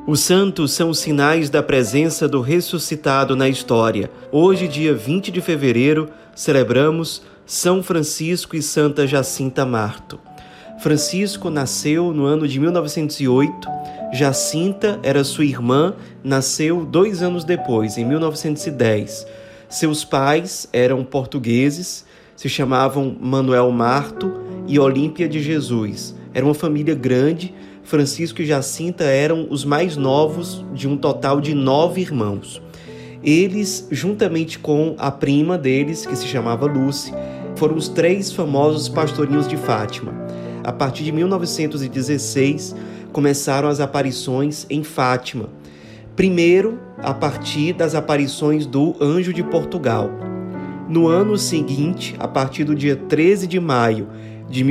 Os santos são os sinais da presença do ressuscitado na história. Hoje, dia 20 de fevereiro, celebramos São Francisco e Santa Jacinta Marto. Francisco nasceu no ano de 1908, Jacinta era sua irmã, nasceu 2 anos depois, em 1910. Seus pais eram portugueses, se chamavam Manuel Marto e Olímpia de Jesus. Era uma família grande. Francisco e Jacinta eram os mais novos de um total de 9 irmãos. Eles, juntamente com a prima deles, que se chamava Lúcia, foram os 3 famosos pastorinhos de Fátima. A partir de 1916, começaram as aparições em Fátima. Primeiro, a partir das aparições do Anjo de Portugal. No ano seguinte, a partir do dia 13 de maio de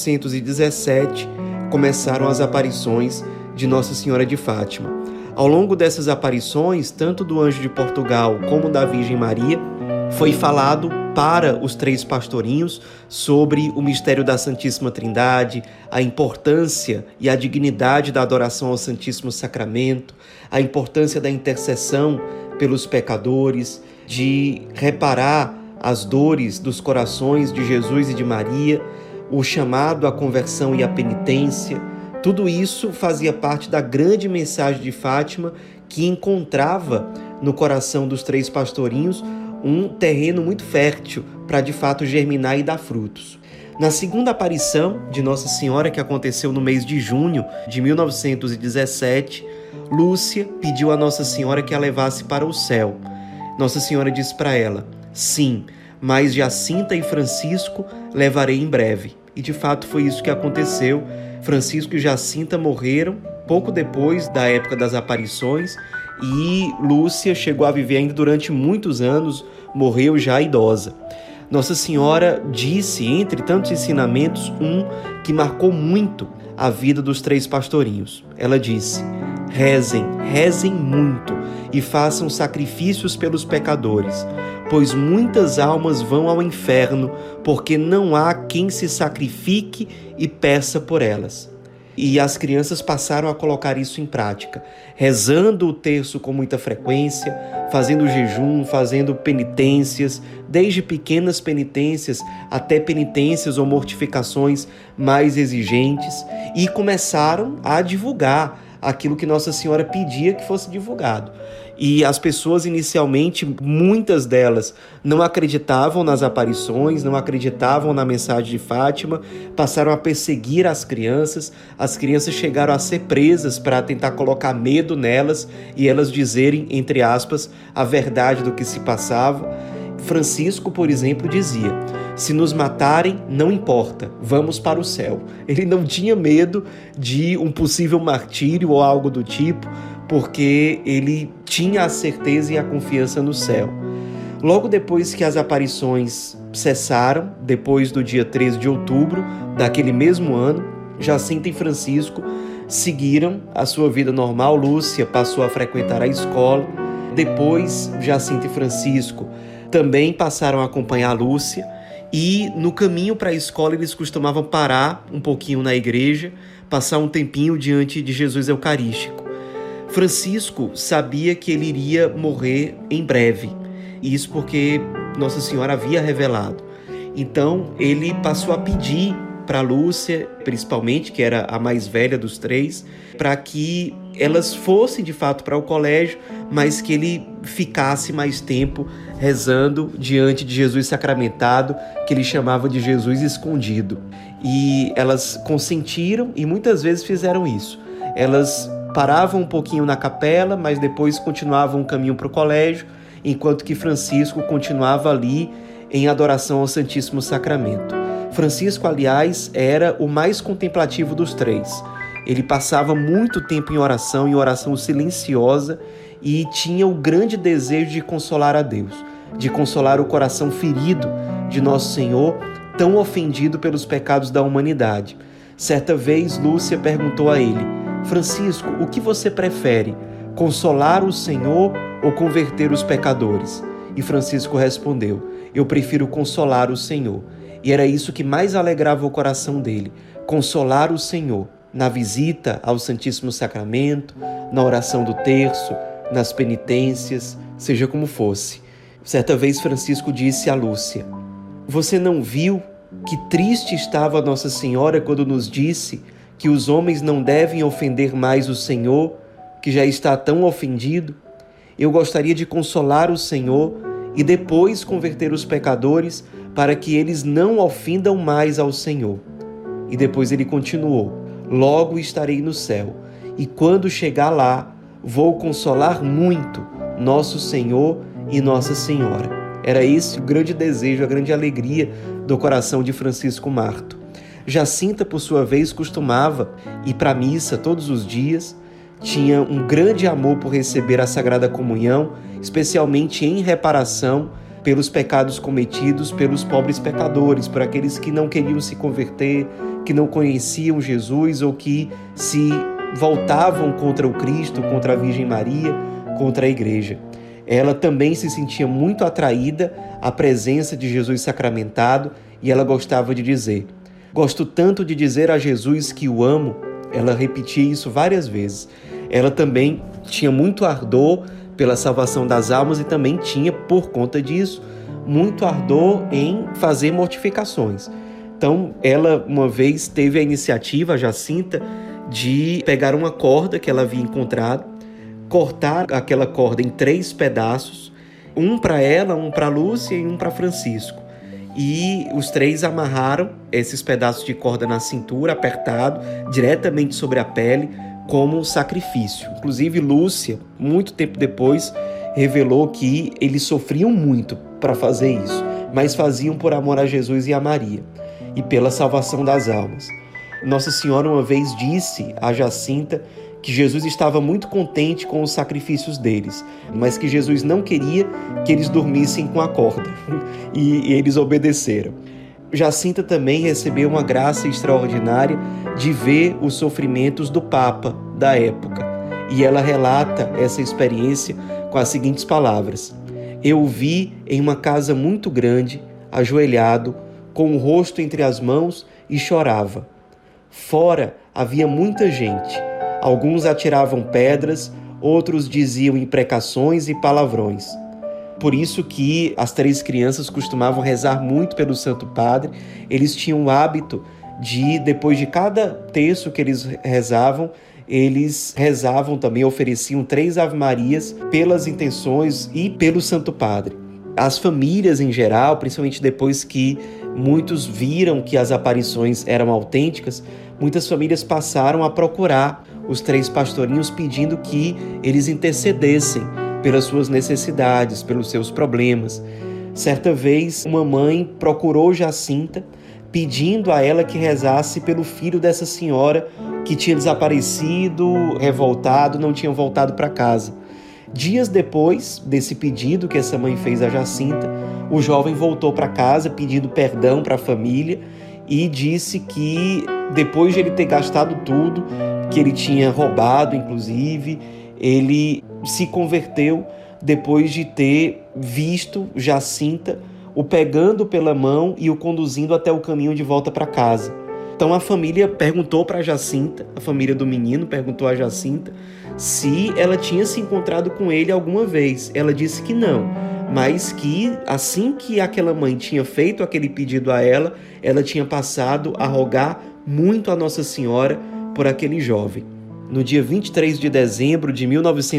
1917, começaram as aparições de Nossa Senhora de Fátima. Ao longo dessas aparições, tanto do Anjo de Portugal como da Virgem Maria, foi falado para os 3 pastorinhos sobre o mistério da Santíssima Trindade, a importância e a dignidade da adoração ao Santíssimo Sacramento, a importância da intercessão pelos pecadores, de reparar as dores dos corações de Jesus e de Maria, o chamado à conversão e à penitência. Tudo isso fazia parte da grande mensagem de Fátima, que encontrava no coração dos 3 pastorinhos um terreno muito fértil para de fato germinar e dar frutos. Na segunda aparição de Nossa Senhora, que aconteceu no mês de junho de 1917, Lúcia pediu a Nossa Senhora que a levasse para o céu. Nossa Senhora disse para ela: sim, mas Jacinta e Francisco levarei em breve. E de fato foi isso que aconteceu. Francisco e Jacinta morreram pouco depois da época das aparições e Lúcia chegou a viver ainda durante muitos anos, morreu já idosa. Nossa Senhora disse, entre tantos ensinamentos, um que marcou muito a vida dos 3 pastorinhos. Ela disse: rezem, rezem muito e façam sacrifícios pelos pecadores, pois muitas almas vão ao inferno, porque não há quem se sacrifique e peça por elas. E as crianças passaram a colocar isso em prática, rezando o terço com muita frequência, fazendo jejum, fazendo penitências, desde pequenas penitências até penitências ou mortificações mais exigentes, e começaram a divulgar aquilo que Nossa Senhora pedia que fosse divulgado. E as pessoas inicialmente, muitas delas, não acreditavam nas aparições, não acreditavam na mensagem de Fátima, passaram a perseguir as crianças chegaram a ser presas para tentar colocar medo nelas e elas dizerem, entre aspas, a verdade do que se passava. Francisco, por exemplo, dizia: se nos matarem, não importa, vamos para o céu. Ele não tinha medo de um possível martírio ou algo do tipo, porque ele tinha a certeza e a confiança no céu. Logo depois que as aparições cessaram, depois do dia 13 de outubro daquele mesmo ano, Jacinta e Francisco seguiram a sua vida normal. Lúcia passou a frequentar a escola. Depois, Jacinta e Francisco também passaram a acompanhar a Lúcia, e no caminho para a escola eles costumavam parar um pouquinho na igreja, passar um tempinho diante de Jesus Eucarístico. Francisco sabia que ele iria morrer em breve, isso porque Nossa Senhora havia revelado. Então ele passou a pedir para Lúcia, principalmente, que era a mais velha dos 3, para que elas fossem de fato para o colégio, mas que ele ficasse mais tempo rezando diante de Jesus sacramentado, que ele chamava de Jesus escondido. E elas consentiram e muitas vezes fizeram isso. Elas paravam um pouquinho na capela, mas depois continuavam o caminho para o colégio, enquanto que Francisco continuava ali em adoração ao Santíssimo Sacramento. Francisco, aliás, era o mais contemplativo dos 3. Ele passava muito tempo em oração silenciosa, e tinha o grande desejo de consolar a Deus, de consolar o coração ferido de Nosso Senhor, tão ofendido pelos pecados da humanidade. Certa vez, Lúcia perguntou a ele: Francisco, o que você prefere, consolar o Senhor ou converter os pecadores? E Francisco respondeu: eu prefiro consolar o Senhor. E era isso que mais alegrava o coração dele, consolar o Senhor. na visita ao Santíssimo Sacramento, na oração do terço, nas penitências, seja como fosse. Certa vez Francisco disse a Lúcia: "Você não viu que triste estava Nossa Senhora quando nos disse que os homens não devem ofender mais o Senhor, que já está tão ofendido? Eu gostaria de consolar o Senhor e depois converter os pecadores para que eles não ofendam mais ao Senhor." E depois ele continuou: "Logo estarei no céu, e quando chegar lá, vou consolar muito nosso Senhor e Nossa Senhora." Era esse o grande desejo, a grande alegria do coração de Francisco Marto. Jacinta, por sua vez, costumava ir para a missa todos os dias, tinha um grande amor por receber a Sagrada Comunhão, especialmente em reparação pelos pecados cometidos pelos pobres pecadores, por aqueles que não queriam se converter, que não conheciam Jesus ou que se voltavam contra o Cristo, contra a Virgem Maria, contra a Igreja. Ela também se sentia muito atraída à presença de Jesus sacramentado e ela gostava de dizer: "Gosto tanto de dizer a Jesus que o amo." Ela repetia isso várias vezes. Ela também tinha muito ardor pela salvação das almas e também tinha, por conta disso, muito ardor em fazer mortificações. Então, ela uma vez teve a iniciativa, a Jacinta, de pegar uma corda que ela havia encontrado, cortar aquela corda em 3 pedaços, um para ela, um para Lúcia e um para Francisco. E os 3 amarraram esses pedaços de corda na cintura, apertado, diretamente sobre a pele, como um sacrifício. Inclusive, Lúcia, muito tempo depois, revelou que eles sofriam muito para fazer isso, mas faziam por amor a Jesus e a Maria, e pela salvação das almas. Nossa Senhora uma vez disse a Jacinta que Jesus estava muito contente com os sacrifícios deles, mas que Jesus não queria que eles dormissem com a corda, e eles obedeceram. Jacinta também recebeu uma graça extraordinária de ver os sofrimentos do Papa da época, e ela relata essa experiência com as seguintes palavras: "Eu o vi em uma casa muito grande, ajoelhado, com o rosto entre as mãos e chorava. Fora havia muita gente. Alguns atiravam pedras, outros diziam imprecações e palavrões." Por isso que as 3 crianças costumavam rezar muito pelo Santo Padre. Eles tinham o hábito de, depois de cada terço que eles rezavam também, ofereciam 3 Ave-Marias pelas intenções e pelo Santo Padre. As famílias em geral, principalmente depois que muitos viram que as aparições eram autênticas, muitas famílias passaram a procurar os 3 pastorinhos pedindo que eles intercedessem pelas suas necessidades, pelos seus problemas. Certa vez, uma mãe procurou Jacinta, pedindo a ela que rezasse pelo filho dessa senhora que tinha desaparecido, revoltado, não tinha voltado para casa. Dias depois desse pedido que essa mãe fez a Jacinta, o jovem voltou para casa pedindo perdão para a família e disse que depois de ele ter gastado tudo, que ele tinha roubado inclusive, ele se converteu depois de ter visto Jacinta o pegando pela mão e o conduzindo até o caminho de volta para casa. Então a família perguntou para Jacinta, a família do menino perguntou a Jacinta se ela tinha se encontrado com ele alguma vez. Ela disse que não, mas que assim que aquela mãe tinha feito aquele pedido a ela tinha passado a rogar muito a Nossa Senhora por aquele jovem. No dia 23 de dezembro de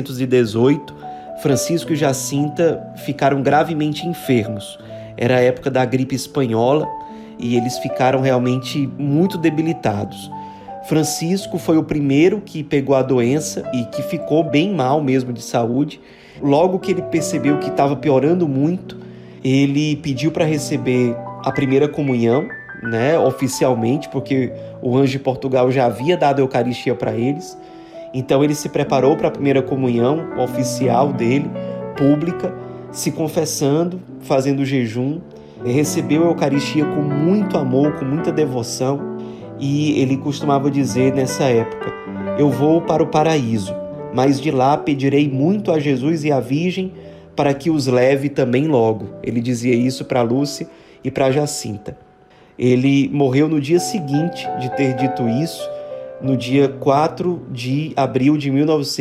1918, Francisco e Jacinta ficaram gravemente enfermos. Era a época da gripe espanhola e eles ficaram realmente muito debilitados. Francisco foi o primeiro que pegou a doença e que ficou bem mal mesmo de saúde. Logo que ele percebeu que estava piorando muito, ele pediu para receber a primeira comunhão, oficialmente, porque o anjo de Portugal já havia dado a Eucaristia para eles. Então ele se preparou para a primeira comunhão oficial dele, pública, se confessando, fazendo jejum, recebeu a Eucaristia com muito amor, com muita devoção, e ele costumava dizer nessa época: "Eu vou para o paraíso, mas de lá pedirei muito a Jesus e à Virgem para que os leve também logo." Ele dizia isso para Lúcia e para Jacinta. Ele morreu no dia seguinte de ter dito isso, no dia 4 de abril de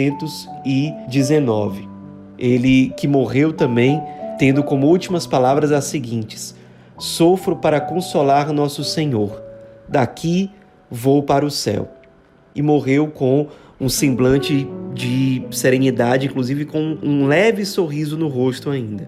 1919. Ele que morreu também, tendo como últimas palavras as seguintes: sofro para consolar nosso Senhor, daqui vou para o céu. E morreu com um semblante de serenidade, inclusive com um leve sorriso no rosto ainda.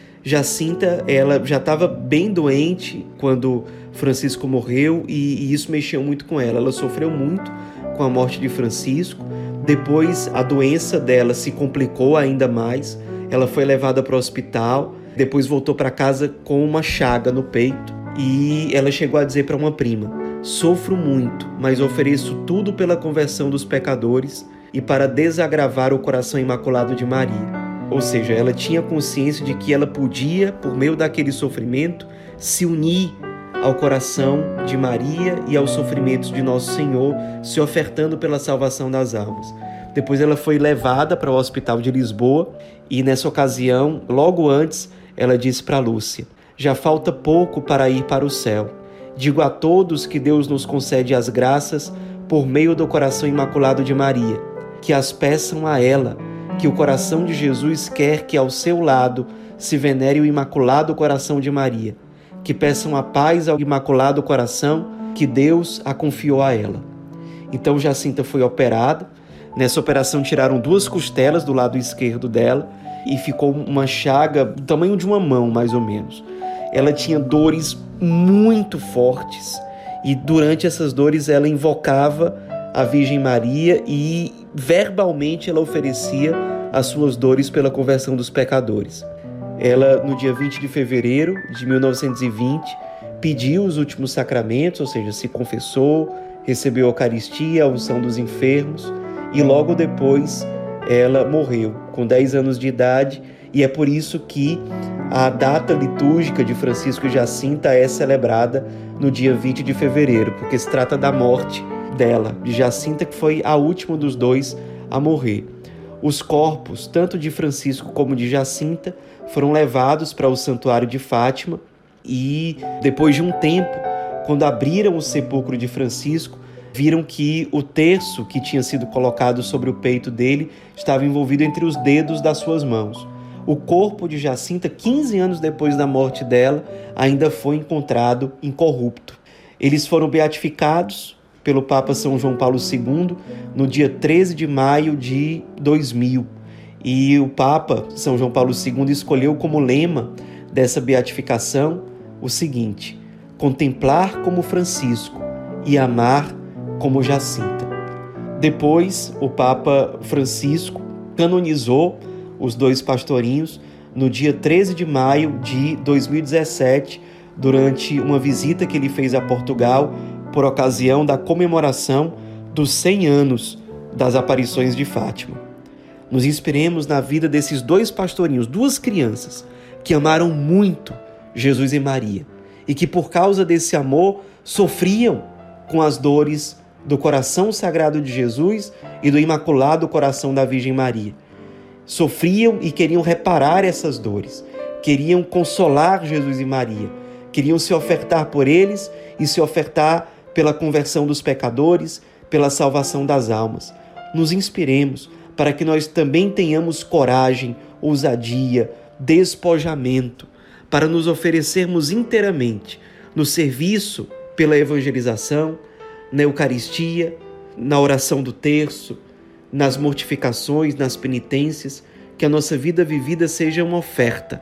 Jacinta, ela já estava bem doente quando Francisco morreu e isso mexeu muito com ela. Ela sofreu muito com a morte de Francisco. Depois a doença dela se complicou ainda mais. Ela foi levada para o hospital, depois voltou para casa com uma chaga no peito e ela chegou a dizer para uma prima: sofro muito, mas ofereço tudo pela conversão dos pecadores e para desagravar o coração imaculado de Maria. Ou seja, ela tinha consciência de que ela podia, por meio daquele sofrimento, se unir ao coração de Maria e aos sofrimentos de Nosso Senhor, se ofertando pela salvação das almas. Depois ela foi levada para o Hospital de Lisboa e nessa ocasião, logo antes, ela disse para Lúcia: já falta pouco para ir para o céu. Digo a todos que Deus nos concede as graças por meio do coração imaculado de Maria, que as peçam a ela, que o coração de Jesus quer que ao seu lado se venere o imaculado coração de Maria, que peçam a paz ao imaculado coração que Deus a confiou a ela. Então Jacinta foi operada. Nessa operação tiraram 2 costelas do lado esquerdo dela e ficou uma chaga do tamanho de uma mão, mais ou menos. Ela tinha dores muito fortes e durante essas dores ela invocava a Virgem Maria e verbalmente ela oferecia as suas dores pela conversão dos pecadores. Ela, no dia 20 de fevereiro de 1920, pediu os últimos sacramentos, ou seja, se confessou, recebeu a Eucaristia, a unção dos enfermos, e logo depois ela morreu, com 10 anos de idade, e é por isso que a data litúrgica de Francisco e Jacinta é celebrada no dia 20 de fevereiro, porque se trata da morte dela, de Jacinta, que foi a última dos 2 a morrer. Os corpos, tanto de Francisco como de Jacinta, foram levados para o Santuário de Fátima e, depois de um tempo, quando abriram o sepulcro de Francisco, viram que o terço que tinha sido colocado sobre o peito dele estava envolvido entre os dedos das suas mãos. O corpo de Jacinta, 15 anos depois da morte dela, ainda foi encontrado incorrupto. Eles foram beatificados pelo Papa São João Paulo II no dia 13 de maio de 2000. E o Papa São João Paulo II escolheu como lema dessa beatificação o seguinte: contemplar como Francisco e amar como Jacinta. Depois, o Papa Francisco canonizou os 2 pastorinhos no dia 13 de maio de 2017, durante uma visita que ele fez a Portugal por ocasião da comemoração dos 100 anos das aparições de Fátima. Nos inspiremos na vida desses 2 pastorinhos, 2 crianças, que amaram muito Jesus e Maria e que, por causa desse amor, sofriam com as dores do coração sagrado de Jesus e do imaculado coração da Virgem Maria. Sofriam e queriam reparar essas dores, queriam consolar Jesus e Maria, queriam se ofertar por eles e se ofertar pela conversão dos pecadores, pela salvação das almas. Nos inspiremos para que nós também tenhamos coragem, ousadia, despojamento, para nos oferecermos inteiramente no serviço pela evangelização, na Eucaristia, na oração do terço, nas mortificações, nas penitências, que a nossa vida vivida seja uma oferta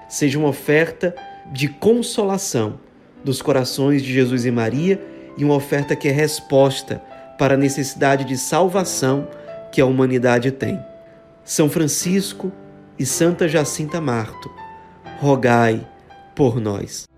de consolação dos corações de Jesus e Maria e uma oferta que é resposta para a necessidade de salvação que a humanidade tem. São Francisco e Santa Jacinta Marto, rogai por nós.